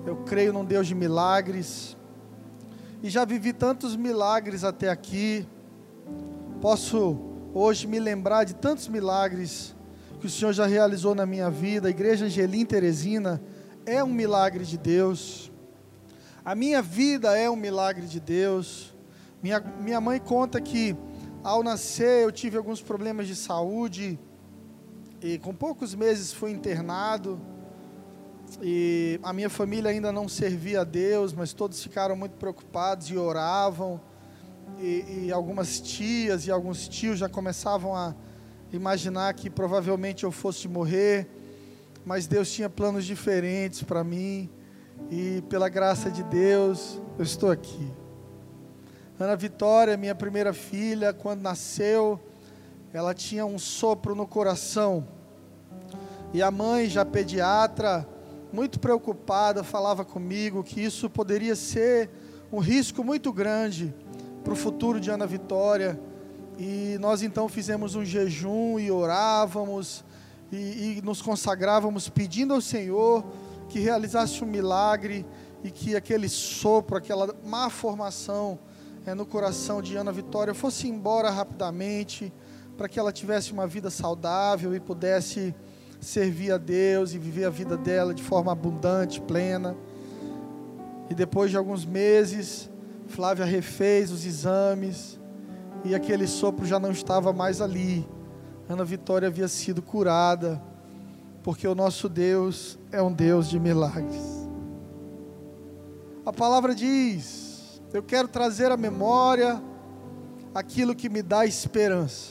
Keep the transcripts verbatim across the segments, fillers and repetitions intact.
Eu creio num Deus de milagres. E já vivi tantos milagres até aqui. Posso hoje me lembrar de tantos milagres que o Senhor já realizou na minha vida. A Igreja Angelim Teresina é um milagre de Deus. A minha vida é um milagre de Deus. Minha, minha mãe conta que ao nascer eu tive alguns problemas de saúde e com poucos meses fui internado. E a minha família ainda não servia a Deus, mas todos ficaram muito preocupados e oravam. E, e algumas tias e alguns tios já começavam a imaginar que provavelmente eu fosse morrer, mas Deus tinha planos diferentes para mim, e pela graça de Deus, eu estou aqui. Ana Vitória, minha primeira filha, quando nasceu, ela tinha um sopro no coração, e a mãe, já pediatra, muito preocupada, falava comigo que isso poderia ser um risco muito grande para o futuro de Ana Vitória. E nós então fizemos um jejum e orávamos e, e nos consagrávamos pedindo ao Senhor que realizasse um milagre e que aquele sopro, aquela má formação é, no coração de Ana Vitória fosse embora rapidamente, para que ela tivesse uma vida saudável e pudesse servir a Deus e viver a vida dela de forma abundante, plena. E depois de alguns meses, Flávia refez os exames e aquele sopro já não estava mais ali. Ana Vitória havia sido curada, porque o nosso Deus é um Deus de milagres. A palavra diz: eu quero trazer à memória aquilo que me dá esperança,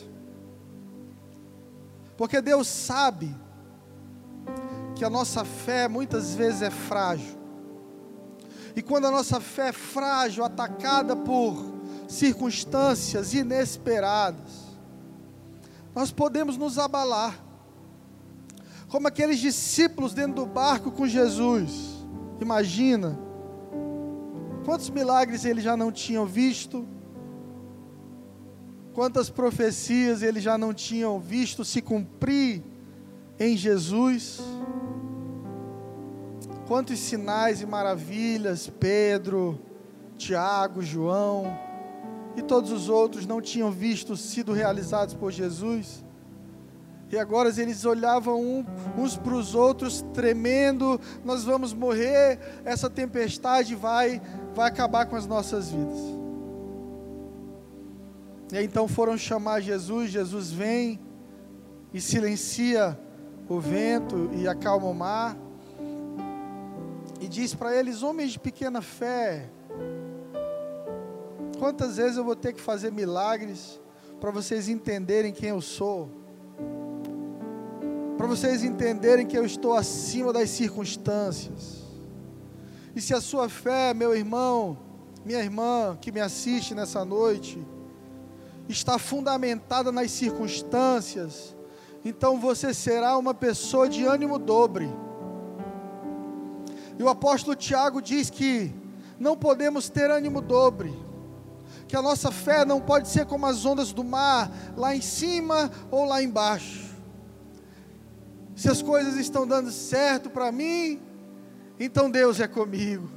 porque Deus sabe que a nossa fé muitas vezes é frágil, e quando a nossa fé é frágil, atacada por circunstâncias inesperadas, nós podemos nos abalar, como aqueles discípulos dentro do barco com Jesus. Imagina, quantos milagres eles já não tinham visto, quantas profecias eles já não tinham visto se cumprir em Jesus, quantos sinais e maravilhas Pedro, Tiago, João e todos os outros não tinham visto sido realizados por Jesus. E agora eles olhavam um, uns para os outros tremendo: nós vamos morrer, essa tempestade vai, vai acabar com as nossas vidas. E aí, então foram chamar Jesus. Jesus vem e silencia o vento e acalma o mar, e diz para eles: homens de pequena fé, quantas vezes eu vou ter que fazer milagres para vocês entenderem quem eu sou, para vocês entenderem que eu estou acima das circunstâncias? E se a sua fé, meu irmão, minha irmã que me assiste nessa noite, está fundamentada nas circunstâncias, então você será uma pessoa de ânimo dobre. E o apóstolo Tiago diz que não podemos ter ânimo dobre, que a nossa fé não pode ser como as ondas do mar, lá em cima ou lá embaixo. Se as coisas estão dando certo para mim, então Deus é comigo.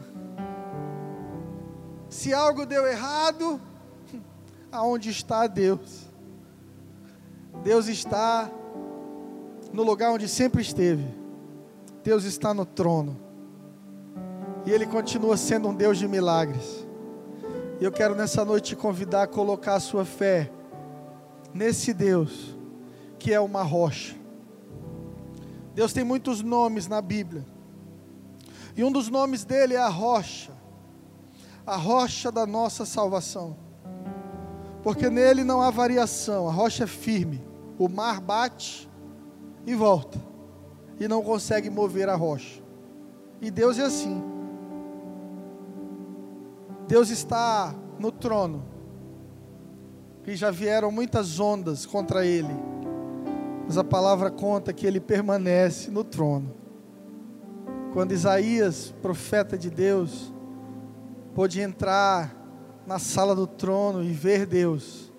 Se algo deu errado, aonde está Deus? Deus está no lugar onde sempre esteve. Deus está no trono, e Ele continua sendo um Deus de milagres. E eu quero nessa noite te convidar a colocar a sua fé nesse Deus, que é uma rocha. Deus tem muitos nomes na Bíblia, e um dos nomes dele é a rocha, a rocha da nossa salvação, porque nele não há variação. A rocha é firme, o mar bate e volta, e não consegue mover a rocha. E Deus é assim. Deus está no trono, e já vieram muitas ondas contra Ele, mas a palavra conta que Ele permanece no trono. Quando Isaías, profeta de Deus, pôde entrar na sala do trono e ver Deus,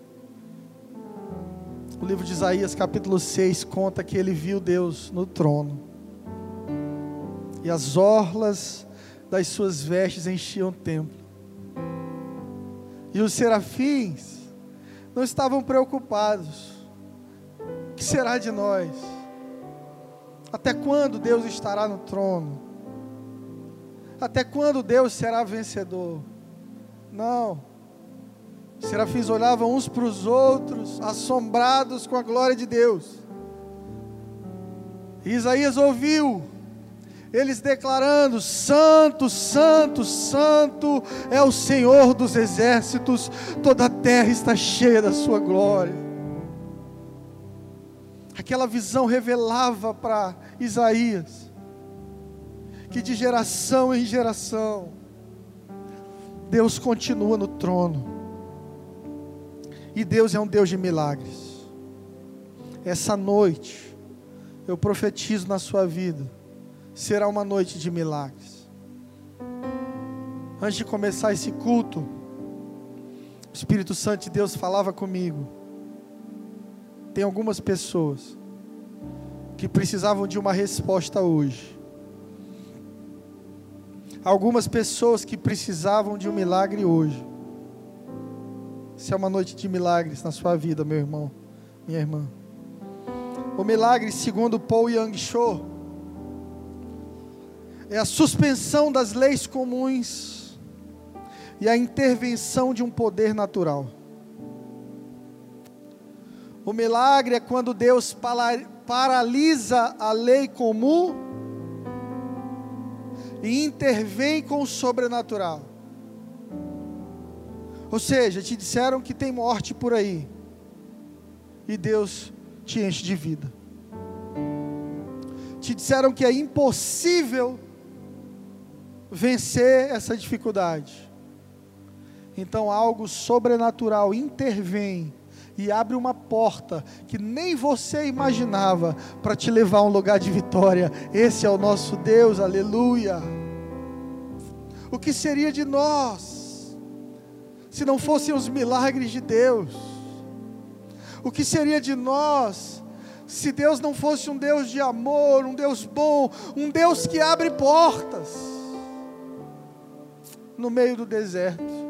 o livro de Isaías capítulo seis conta que ele viu Deus no trono, e as orlas das suas vestes enchiam o templo. E os serafins não estavam preocupados. O que será de nós? Até quando Deus estará no trono? Até quando Deus será vencedor? Não. Os serafins olhavam uns para os outros, assombrados com a glória de Deus. E Isaías ouviu eles declarando: Santo, Santo, Santo é o Senhor dos exércitos, toda a terra está cheia da sua glória. Aquela visão revelava para Isaías que de geração em geração Deus continua no trono, e Deus é um Deus de milagres. Essa noite eu profetizo na sua vida, será uma noite de milagres. Antes de começar esse culto, o Espírito Santo de Deus falava comigo. Tem algumas pessoas que precisavam de uma resposta hoje. Algumas pessoas que precisavam de um milagre hoje. Isso é uma noite de milagres na sua vida, meu irmão, minha irmã. O milagre, segundo Paul Yang-Cho, é a suspensão das leis comuns e a intervenção de um poder natural. O milagre é quando Deus paralisa a lei comum e intervém com o sobrenatural. Ou seja, te disseram que tem morte por aí, e Deus te enche de vida. Te disseram que é impossível vencer essa dificuldade. Então algo sobrenatural intervém e abre uma porta que nem você imaginava, para te levar a um lugar de vitória. Esse é o nosso Deus, aleluia. O que seria de nós se não fossem os milagres de Deus? O que seria de nós se Deus não fosse um Deus de amor, um Deus bom, um Deus que abre portas no meio do deserto?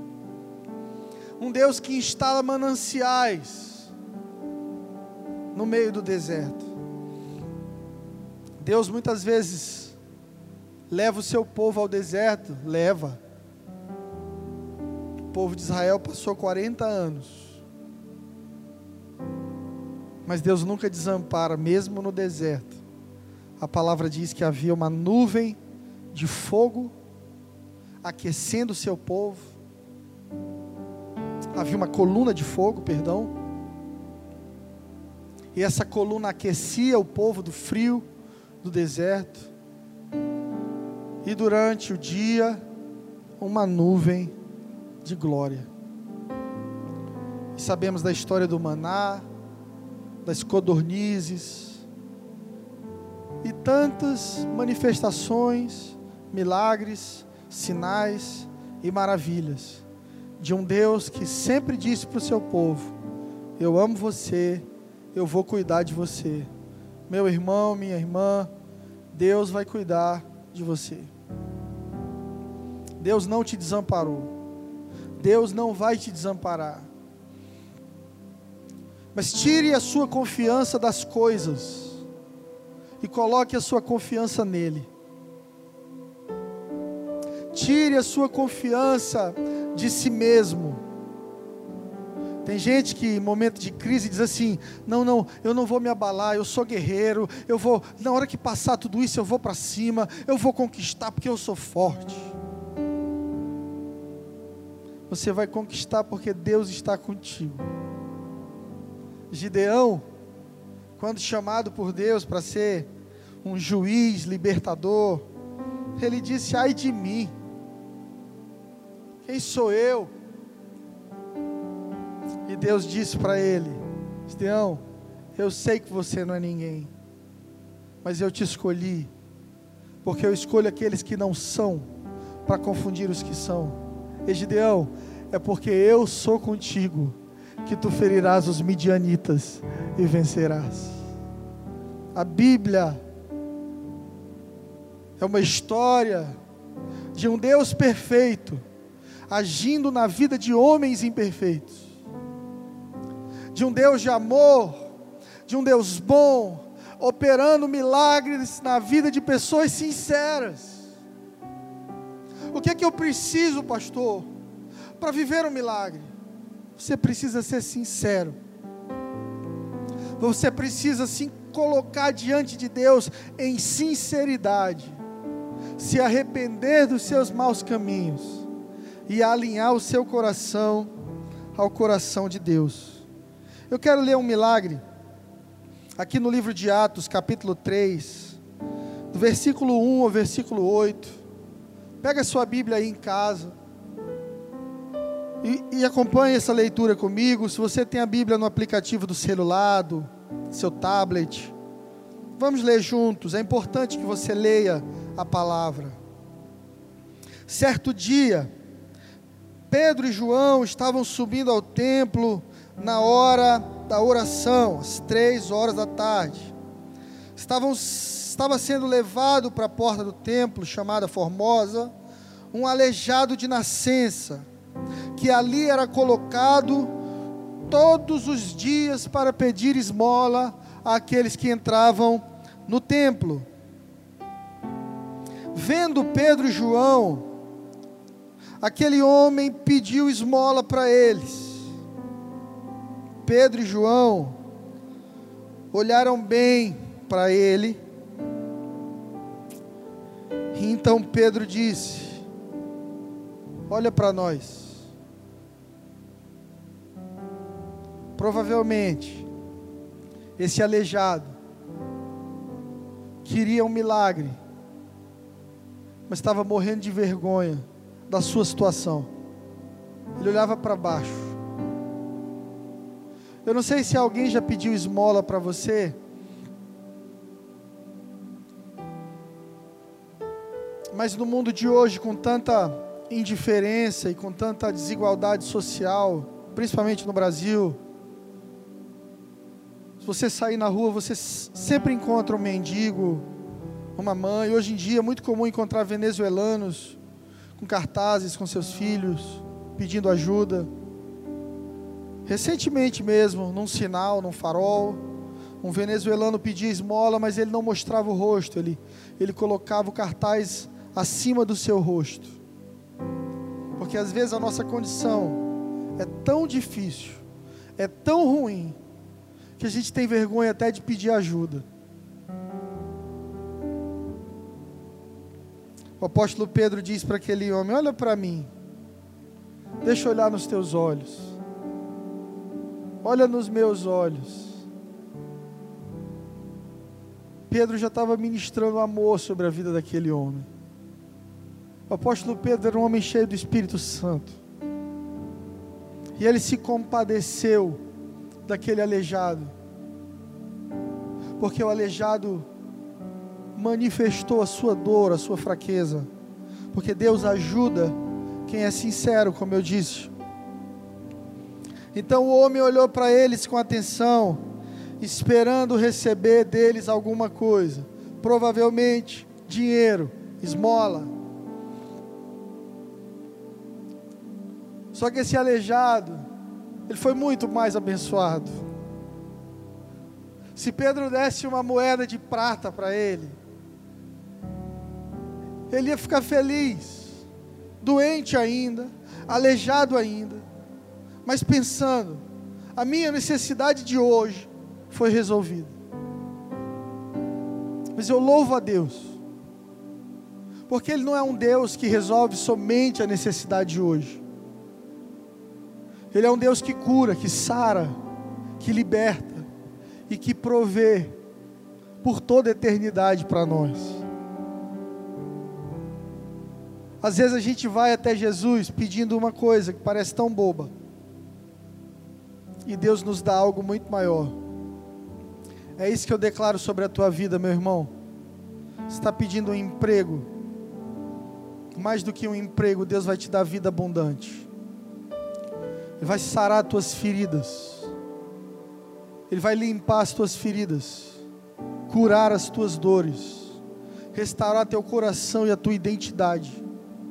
Um Deus que instala mananciais no meio do deserto. Deus muitas vezes leva o seu povo ao deserto, leva. O povo de Israel passou quarenta anos, mas Deus nunca desampara, mesmo no deserto. A palavra diz que havia uma nuvem de fogo aquecendo o seu povo. Havia uma coluna de fogo, perdão, e essa coluna aquecia o povo do frio do deserto, e durante o dia, uma nuvem de glória. E sabemos da história do maná, das codornizes, e tantas manifestações, milagres, sinais e maravilhas, de um Deus que sempre disse para o seu povo: eu amo você, eu vou cuidar de você. Meu irmão, minha irmã, Deus vai cuidar de você. Deus não te desamparou. Deus não vai te desamparar. Mas tire a sua confiança das coisas e coloque a sua confiança nele. Tire a sua confiança de si mesmo. Tem gente que em momento de crise diz assim: não, não, eu não vou me abalar, eu sou guerreiro, eu vou, na hora que passar tudo isso eu vou para cima, eu vou conquistar porque eu sou forte. Você vai conquistar porque Deus está contigo. Gideão, quando chamado por Deus para ser um juiz libertador, ele disse: ai de mim, quem sou eu? E Deus disse para ele: Gideão, eu sei que você não é ninguém, mas eu te escolhi, porque eu escolho aqueles que não são, para confundir os que são. E Gideão, é porque eu sou contigo, que tu ferirás os midianitas e vencerás. A Bíblia é uma história de um Deus perfeito, agindo na vida de homens imperfeitos, de um Deus de amor, de um Deus bom, operando milagres na vida de pessoas sinceras. O que é que eu preciso, pastor, para viver um milagre? Você precisa ser sincero. Você precisa se colocar diante de Deus em sinceridade, se arrepender dos seus maus caminhos e alinhar o seu coração ao coração de Deus. Eu quero ler um milagre aqui no livro de Atos, capítulo três, do versículo um ao versículo oito. Pega a sua Bíblia aí em casa e, e acompanhe essa leitura comigo. Se você tem a Bíblia no aplicativo do celular, do seu tablet, vamos ler juntos. É importante que você leia a palavra. Certo dia, Pedro e João estavam subindo ao templo na hora da oração, às três horas da tarde. Estavam, estava sendo levado para a porta do templo, chamada Formosa, um aleijado de nascença, que ali era colocado todos os dias para pedir esmola àqueles que entravam no templo. Vendo Pedro e João, aquele homem pediu esmola para eles. Pedro e João olharam bem para ele, e então Pedro disse: olha para nós. Provavelmente esse aleijado queria um milagre, mas estava morrendo de vergonha da sua situação. Ele olhava para baixo. Eu não sei se alguém já pediu esmola para você, mas no mundo de hoje, com tanta indiferença e com tanta desigualdade social, principalmente no Brasil, se você sair na rua, você sempre encontra um mendigo, uma mãe. Hoje em dia é muito comum encontrar venezuelanos com cartazes com seus filhos, pedindo ajuda. Recentemente mesmo, num sinal, num farol, um venezuelano pedia esmola, mas ele não mostrava o rosto, ele, ele colocava o cartaz acima do seu rosto, porque às vezes a nossa condição é tão difícil, é tão ruim, que a gente tem vergonha até de pedir ajuda. O apóstolo Pedro diz para aquele homem: olha para mim, deixa eu olhar nos teus olhos, olha nos meus olhos. Pedro já estava ministrando amor sobre a vida daquele homem. O apóstolo Pedro era um homem cheio do Espírito Santo, e ele se compadeceu daquele aleijado, porque o aleijado manifestou a sua dor, a sua fraqueza, porque Deus ajuda quem é sincero, como eu disse. Então o homem olhou para eles com atenção, esperando receber deles alguma coisa, provavelmente dinheiro, esmola. Só que esse aleijado, ele foi muito mais abençoado. Se Pedro desse uma moeda de prata para ele, ele ia ficar feliz, doente ainda, aleijado ainda, mas pensando: a minha necessidade de hoje foi resolvida. Mas eu louvo a Deus, porque Ele não é um Deus que resolve somente a necessidade de hoje. Ele é um Deus que cura, que sara, que liberta e que provê por toda a eternidade para nós. Às vezes a gente vai até Jesus pedindo uma coisa que parece tão boba, e Deus nos dá algo muito maior. É isso que eu declaro sobre a tua vida, meu irmão. Você está pedindo um emprego, mais do que um emprego, Deus vai te dar vida abundante. Ele vai sarar as tuas feridas, Ele vai limpar as tuas feridas, curar as tuas dores, restaurar teu coração e a tua identidade.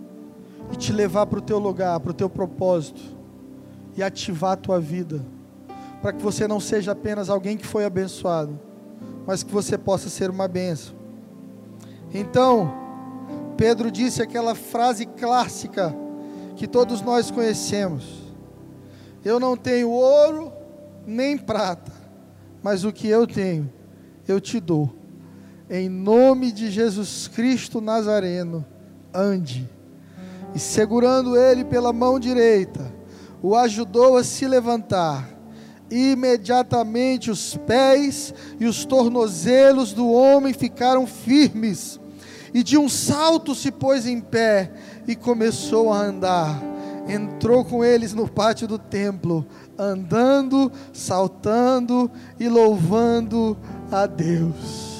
e te levar para o teu lugar, para o teu propósito, e ativar a tua vida, para que você não seja apenas alguém que foi abençoado, mas que você possa ser uma bênção. Então, Pedro disse aquela frase clássica que todos nós conhecemos: eu não tenho ouro nem prata, mas o que eu tenho, eu te dou. Em nome de Jesus Cristo Nazareno, ande. E segurando ele pela mão direita, o ajudou a se levantar. Imediatamente os pés e os tornozelos do homem ficaram firmes, e de um salto se pôs em pé e começou a andar. Entrou com eles no pátio do templo, andando, saltando e louvando a Deus.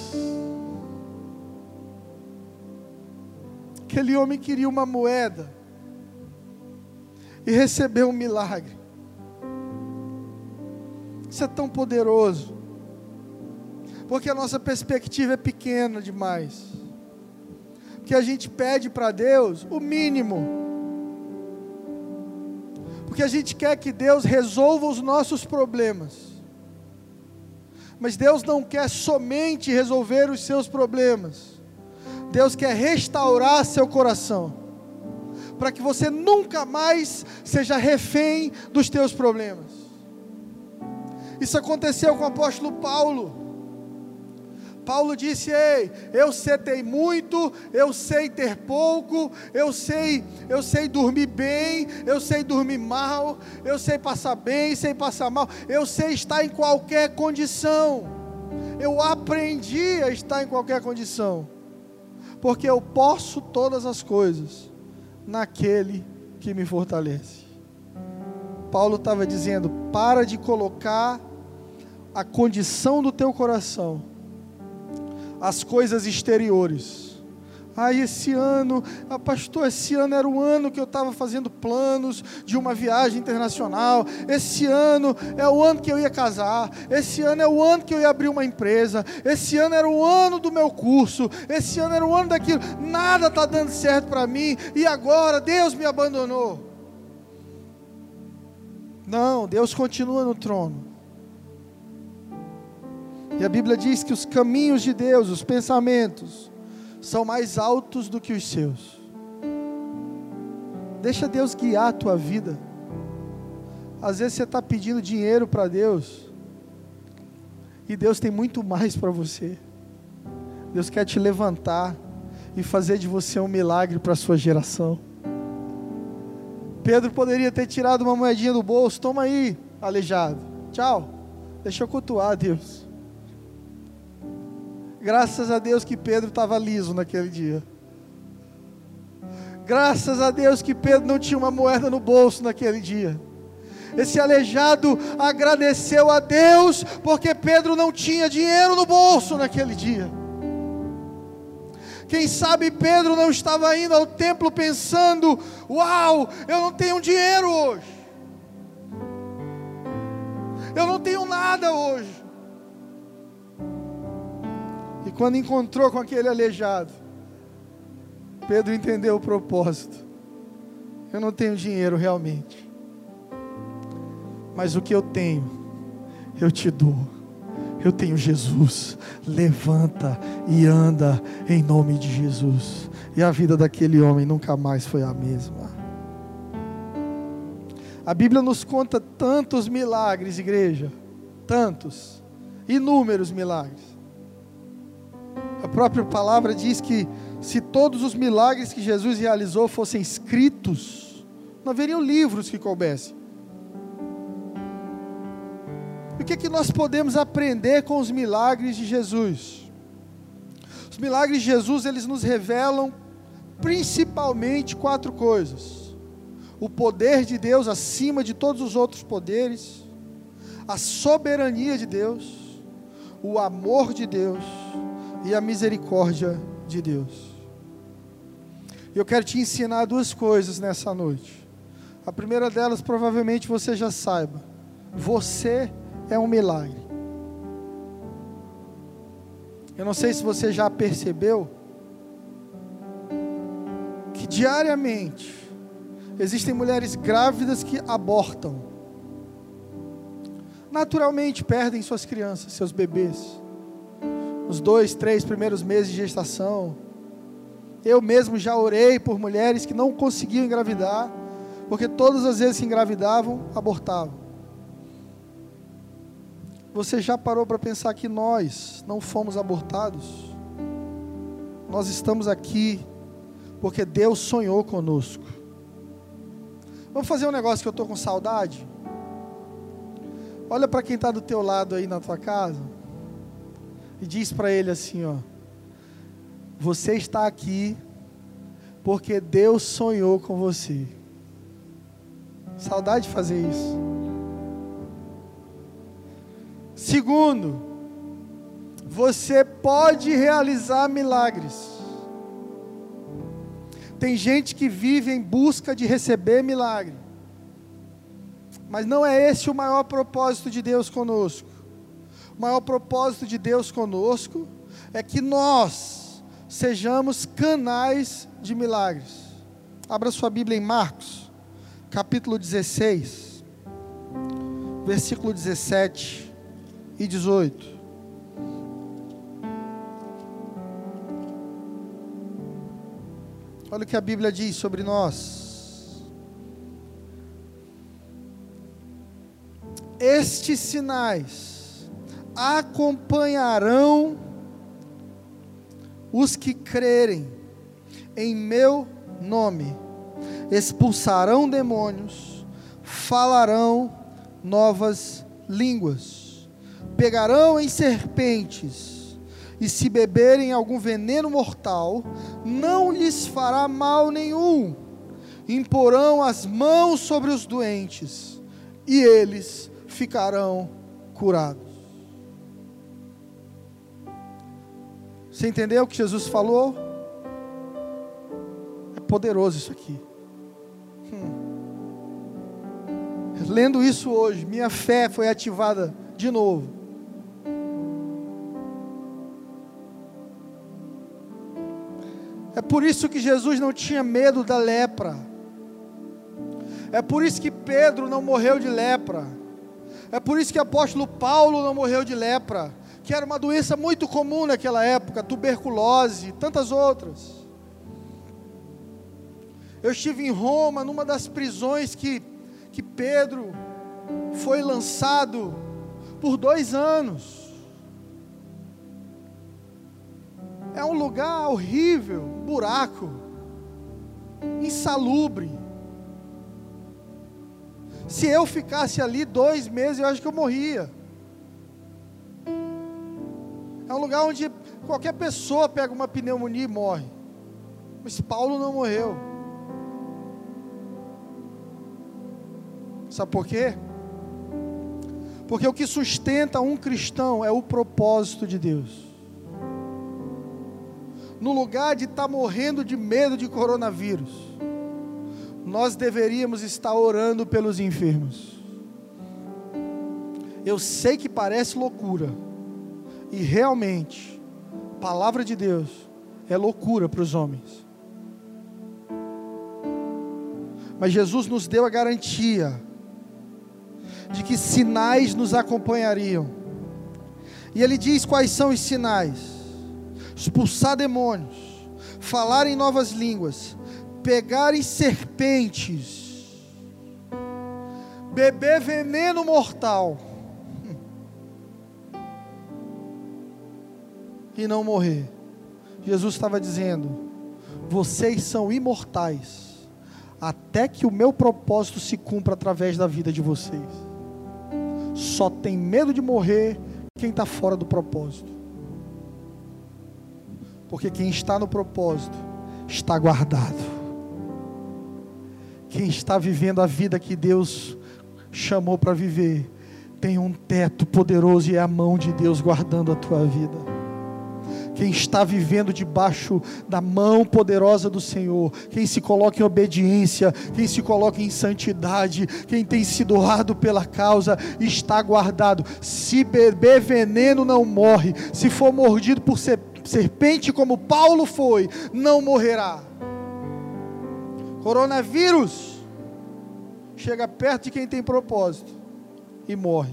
Aquele homem queria uma moeda e recebeu um milagre. Isso é tão poderoso, porque a nossa perspectiva é pequena demais, porque a gente pede para Deus o mínimo, porque a gente quer que Deus resolva os nossos problemas, mas Deus não quer somente resolver os seus problemas, Deus quer restaurar seu coração, para que você nunca mais seja refém dos teus problemas. Isso aconteceu com o apóstolo Paulo. Paulo disse: ei, eu sei muito, eu sei ter pouco, eu sei, eu sei dormir bem, eu sei dormir mal, eu sei passar bem, sei passar mal, eu sei estar em qualquer condição, eu aprendi a estar em qualquer condição, porque eu posso todas as coisas naquele que me fortalece. Paulo estava dizendo: para de colocar a condição do teu coração, as coisas exteriores. Ah, esse ano, ah, pastor, esse ano era o ano que eu estava fazendo planos de uma viagem internacional, esse ano é o ano que eu ia casar, esse ano é o ano que eu ia abrir uma empresa, esse ano era o ano do meu curso, esse ano era o ano daquilo, nada está dando certo para mim, e agora Deus me abandonou. Não, Deus continua no trono. E a Bíblia diz que os caminhos de Deus, os pensamentos, são mais altos do que os seus. Deixa Deus guiar a tua vida. Às vezes você está pedindo dinheiro para Deus, e Deus tem muito mais para você. Deus quer te levantar e fazer de você um milagre para a sua geração. Pedro poderia ter tirado uma moedinha do bolso: toma aí, aleijado, tchau, deixa eu cultuar a Deus. Graças a Deus que Pedro estava liso naquele dia. Graças a Deus que Pedro não tinha uma moeda no bolso naquele dia. Esse aleijado agradeceu a Deus, porque Pedro não tinha dinheiro no bolso naquele dia. Quem sabe Pedro não estava indo ao templo pensando: uau, eu não tenho dinheiro hoje, eu não tenho nada hoje. E quando encontrou com aquele aleijado, Pedro entendeu o propósito. Eu não tenho dinheiro realmente, mas o que eu tenho, eu te dou. Eu tenho Jesus. Levanta e anda em nome de Jesus. E a vida daquele homem nunca mais foi a mesma. A Bíblia nos conta tantos milagres, igreja, tantos, inúmeros milagres. A própria palavra diz que se todos os milagres que Jesus realizou fossem escritos, não haveriam livros que coubessem. E o que é que nós podemos aprender com os milagres de Jesus? Os milagres de Jesus, eles nos revelam principalmente quatro coisas: o poder de Deus acima de todos os outros poderes, a soberania de Deus, o amor de Deus e a misericórdia de Deus. E eu quero te ensinar duas coisas nessa noite. A primeira delas, provavelmente você já saiba: você é um milagre. Eu não sei se você já percebeu que diariamente Existem mulheres grávidas que abortam. Naturalmente perdem suas crianças, seus bebês. Nos dois, três primeiros meses de gestação. Eu mesmo já orei por mulheres que não conseguiam engravidar, porque todas as vezes que engravidavam, abortavam. Você já parou para pensar que nós não fomos abortados? Nós estamos aqui porque Deus sonhou conosco. Vamos fazer um negócio que eu estou com saudade? Olha para quem está do teu lado aí na tua casa e diz para ele assim, ó: você está aqui porque Deus sonhou com você. Saudade de fazer isso. Segundo, você pode realizar milagres. Tem gente que vive em busca de receber milagre, mas não é esse o maior propósito de Deus conosco. O maior propósito de Deus conosco é que nós sejamos canais de milagres. Abra sua Bíblia em Marcos, capítulo dezesseis, versículo dezessete e dezoito. Olha o que a Bíblia diz sobre nós. Estes sinais acompanharão os que crerem em meu nome. Expulsarão demônios, falarão novas línguas, pegarão em serpentes, e se beberem algum veneno mortal, não lhes fará mal nenhum. Imporão as mãos sobre os doentes, e eles ficarão curados. Você entendeu o que Jesus falou? É poderoso isso aqui. Hum. Lendo isso hoje, minha fé foi ativada de novo. É por isso que Jesus não tinha medo da lepra. É por isso que Pedro não morreu de lepra. É por isso que o apóstolo Paulo não morreu de lepra, que era uma doença muito comum naquela época, tuberculose, tantas outras. Eu estive em Roma, numa das prisões que, que Pedro foi lançado por dois anos. É um lugar horrível, buraco, insalubre. Se eu ficasse ali dois meses, eu acho que eu morria. É um lugar onde qualquer pessoa pega uma pneumonia e morre. Mas Paulo não morreu. Sabe por quê? Porque o que sustenta um cristão é o propósito de Deus. No lugar de estar morrendo de medo de coronavírus, nós deveríamos estar orando pelos enfermos. Eu sei que parece loucura, e realmente, a palavra de Deus é loucura para os homens. Mas Jesus nos deu a garantia de que sinais nos acompanhariam. E Ele diz quais são os sinais: expulsar demônios, falar em novas línguas, pegar em serpentes, beber veneno mortal e não morrer. Jesus estava dizendo: vocês são imortais, até que o meu propósito se cumpra através da vida de vocês. Só tem medo de morrer quem está fora do propósito. Porque quem está no propósito está guardado. Quem está vivendo a vida que Deus chamou para viver, tem um teto poderoso e é a mão de Deus guardando a tua vida. Quem está vivendo debaixo da mão poderosa do Senhor, quem se coloca em obediência, quem se coloca em santidade, quem tem se doado pela causa, está guardado. Se beber veneno não morre, se for mordido por serpente como Paulo foi, não morrerá. Coronavírus chega perto de quem tem propósito e morre.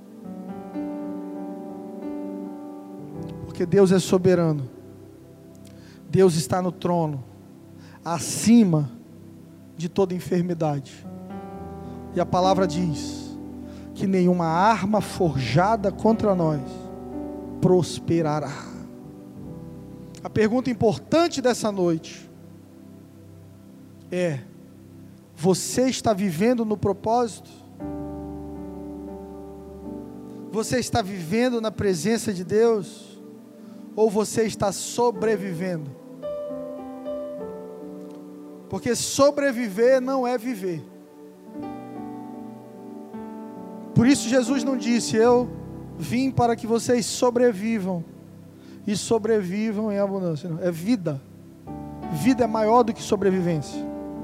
Porque Deus é soberano. Deus está no trono, acima de toda enfermidade. E a palavra diz que nenhuma arma forjada contra nós prosperará. A pergunta importante dessa noite é: você está vivendo no propósito? Você está vivendo na presença de Deus? Ou você está sobrevivendo? Porque sobreviver não é viver. Por isso Jesus não disse: eu vim para que vocês sobrevivam, e sobrevivam em abundância. Não, é vida. Vida é maior do que sobrevivência.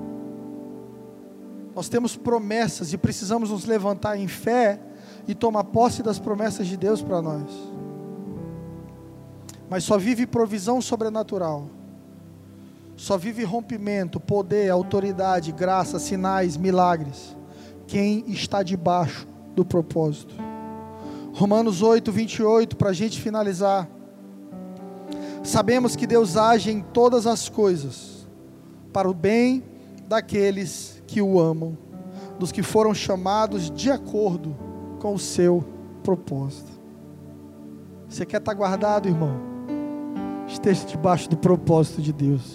Nós temos promessas e precisamos nos levantar em fé e tomar posse das promessas de Deus para nós. Mas só vive provisão sobrenatural, só vive rompimento, poder, autoridade, graça, sinais, milagres, quem está debaixo do propósito. Romanos oito, vinte e oito, para a gente finalizar. Sabemos que Deus age em todas as coisas para o bem daqueles que o amam, dos que foram chamados de acordo com o seu propósito. Você quer estar guardado, irmão? Esteja debaixo do propósito de Deus.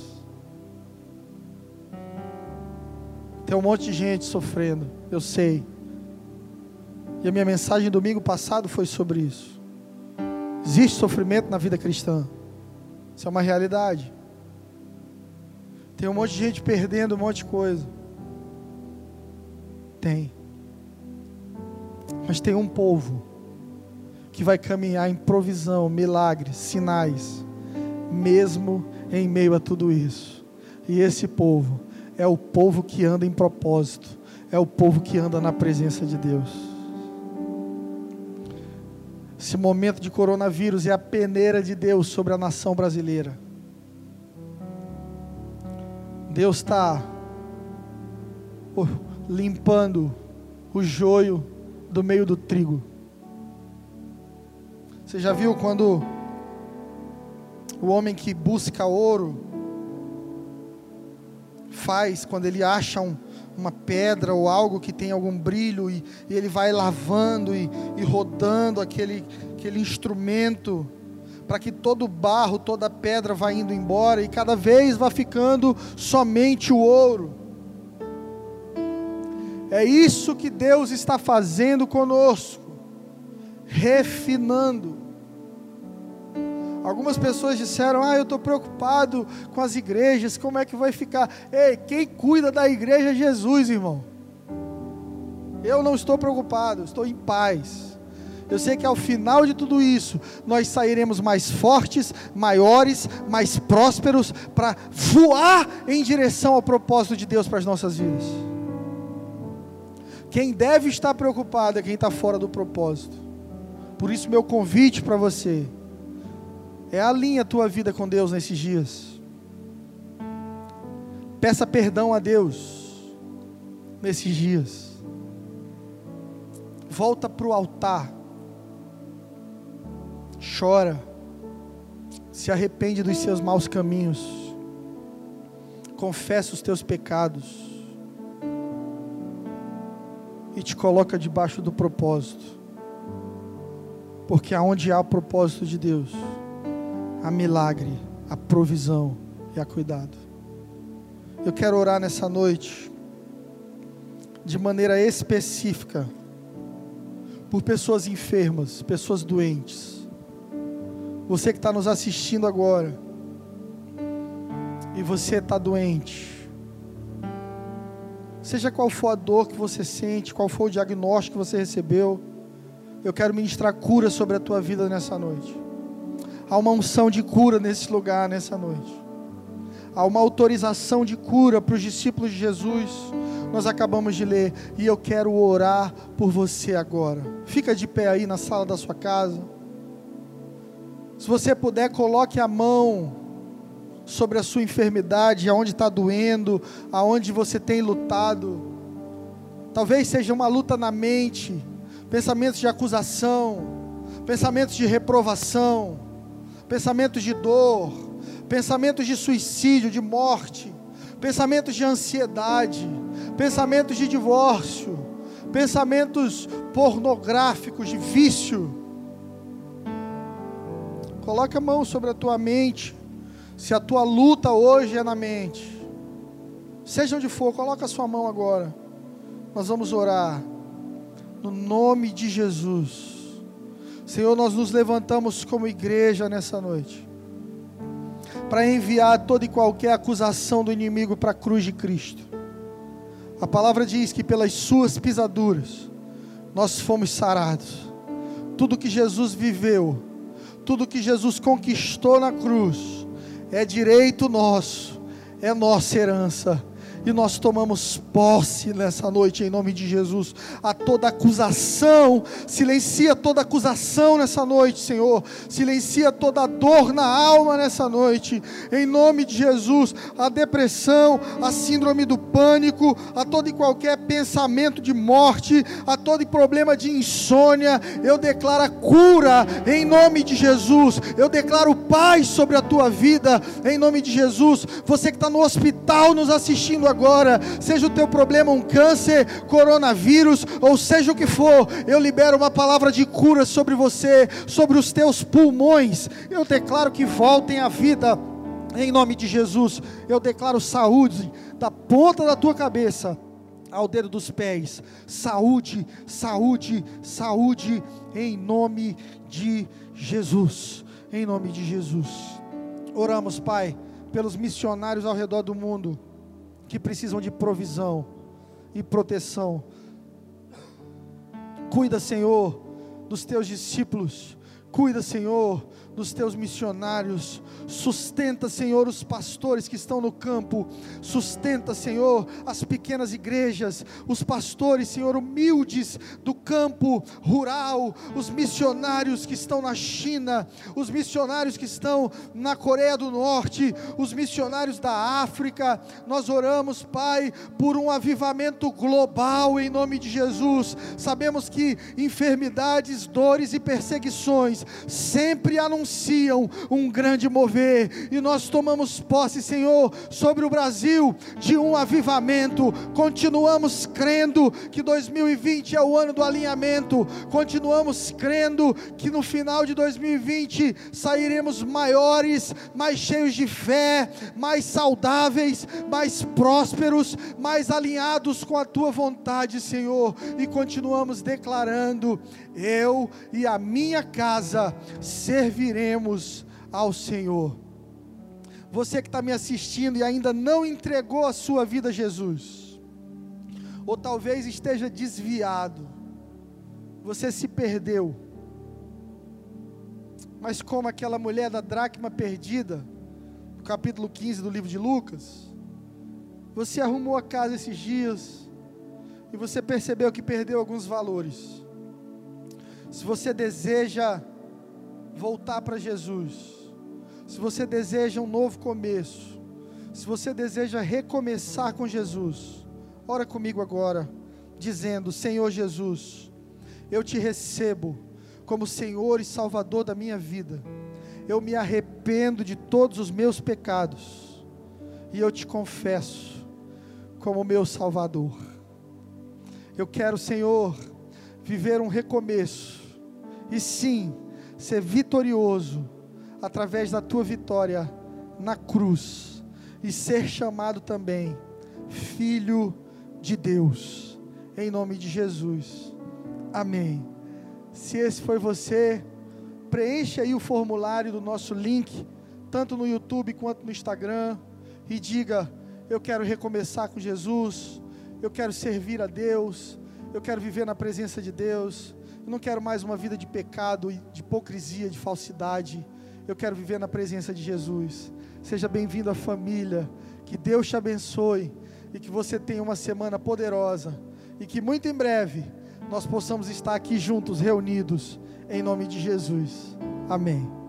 Tem um monte de gente sofrendo, eu sei. E a minha mensagem domingo passado foi sobre isso. Existe sofrimento na vida cristã. Isso é uma realidade. Tem um monte de gente perdendo um monte de coisa. Tem. Mas tem um povo que vai caminhar em provisão, milagres, sinais, mesmo em meio a tudo isso. E esse povo é o povo que anda em propósito, é o povo que anda na presença de Deus. Esse momento de coronavírus é a peneira de Deus sobre a nação brasileira. Deus está limpando o joio do meio do trigo. Você já viu quando o homem que busca ouro faz, quando ele acha um, uma pedra ou algo que tem algum brilho, e, e ele vai lavando e, e rodando aquele, aquele instrumento, para que todo o barro, toda a pedra vá indo embora, e cada vez vai ficando somente o ouro. É isso que Deus está fazendo conosco, refinando. Algumas pessoas disseram: ah, eu estou preocupado com as igrejas, como é que vai ficar? Ei, quem cuida da igreja é Jesus, irmão. Eu não estou preocupado, estou em paz. Eu sei que ao final de tudo isso, nós sairemos mais fortes, maiores, mais prósperos, para voar em direção ao propósito de Deus para as nossas vidas. Quem deve estar preocupado é quem está fora do propósito. Por isso meu convite para você é: alinha a tua vida com Deus nesses dias. Peça perdão a Deus nesses dias. Volta para o altar. Chora. Se arrepende dos seus maus caminhos. Confessa os teus pecados. E te coloca debaixo do propósito. Porque aonde há o propósito de Deus, há milagre, há provisão e há cuidado. Eu quero orar nessa noite, de maneira específica, por pessoas enfermas, pessoas doentes. Você que está nos assistindo agora, e você está doente, seja qual for a dor que você sente, qual for o diagnóstico que você recebeu, eu quero ministrar cura sobre a tua vida nessa noite. Há uma unção de cura nesse lugar, nessa noite. Há uma autorização de cura para os discípulos de Jesus. Nós acabamos de ler, e eu quero orar por você agora. Fica de pé aí na sala da sua casa. Se você puder, coloque a mão sobre a sua enfermidade, aonde está doendo, aonde você tem lutado. Talvez seja uma luta na mente, pensamentos de acusação, pensamentos de reprovação, pensamentos de dor, pensamentos de suicídio, de morte, pensamentos de ansiedade, pensamentos de divórcio, pensamentos pornográficos, de vício. Coloque a mão sobre a tua mente. Se a tua luta hoje é na mente, seja onde for, coloca a sua mão agora. Nós vamos orar no nome de Jesus. Senhor, nós nos levantamos como igreja nessa noite para enviar toda e qualquer acusação do inimigo para a cruz de Cristo. A palavra diz que pelas suas pisaduras nós fomos sarados. Tudo que Jesus viveu, tudo que Jesus conquistou na cruz, é direito nosso, é nossa herança. E nós tomamos posse nessa noite, em nome de Jesus. A toda acusação, silencia toda acusação nessa noite, Senhor. Silencia toda dor na alma nessa noite, em nome de Jesus. A depressão, a síndrome do pânico, a todo e qualquer pensamento de morte, a todo problema de insônia, eu declaro a cura, em nome de Jesus. Eu declaro paz sobre a tua vida, em nome de Jesus. Você que está no hospital nos assistindo agora, agora, seja o teu problema um câncer, coronavírus, ou seja o que for, eu libero uma palavra de cura sobre você, sobre os teus pulmões. Eu declaro que voltem à vida, em nome de Jesus. Eu declaro saúde, da ponta da tua cabeça ao dedo dos pés, saúde, saúde, saúde, em nome de Jesus, em nome de Jesus. Oramos, Pai, pelos missionários ao redor do mundo, que precisam de provisão e proteção. Cuida, Senhor, dos teus discípulos. Cuida, Senhor, dos teus missionários. Sustenta, Senhor, os pastores que estão no campo. Sustenta, Senhor, as pequenas igrejas, os pastores, Senhor, humildes do campo rural, os missionários que estão na China, os missionários que estão na Coreia do Norte, os missionários da África. Nós oramos, Pai, por um avivamento global, em nome de Jesus. Sabemos que enfermidades, dores e perseguições sempre anunciam um grande mover, e nós tomamos posse, Senhor, sobre o Brasil, de um avivamento. Continuamos crendo que dois mil e vinte é o ano do alinhamento. Continuamos crendo que no final de dois mil e vinte sairemos maiores, mais cheios de fé, mais saudáveis, mais prósperos, mais alinhados com a tua vontade, Senhor. E continuamos declarando: eu e a minha casa serviremos ao Senhor. Você que está me assistindo e ainda não entregou a sua vida a Jesus, ou talvez esteja desviado, você se perdeu, mas como aquela mulher da dracma perdida, no capítulo quinze do livro de Lucas, você arrumou a casa esses dias, e você percebeu que perdeu alguns valores. Se você deseja voltar para Jesus, se você deseja um novo começo, se você deseja recomeçar com Jesus, ora comigo agora, dizendo: Senhor Jesus, eu te recebo como Senhor e Salvador da minha vida. Eu me arrependo de todos os meus pecados, e eu te confesso como meu Salvador. Eu quero, Senhor, viver um recomeço, e sim, ser vitorioso, através da tua vitória na cruz, e ser chamado também Filho de Deus, em nome de Jesus, amém. Se esse foi você, preencha aí o formulário do nosso link, tanto no YouTube quanto no Instagram, e diga: eu quero recomeçar com Jesus, eu quero servir a Deus, eu quero viver na presença de Deus, eu não quero mais uma vida de pecado, de hipocrisia, de falsidade. Eu quero viver na presença de Jesus. Seja bem-vindo à família. Que Deus te abençoe, e que você tenha uma semana poderosa, e que muito em breve nós possamos estar aqui juntos, reunidos, em nome de Jesus. Amém.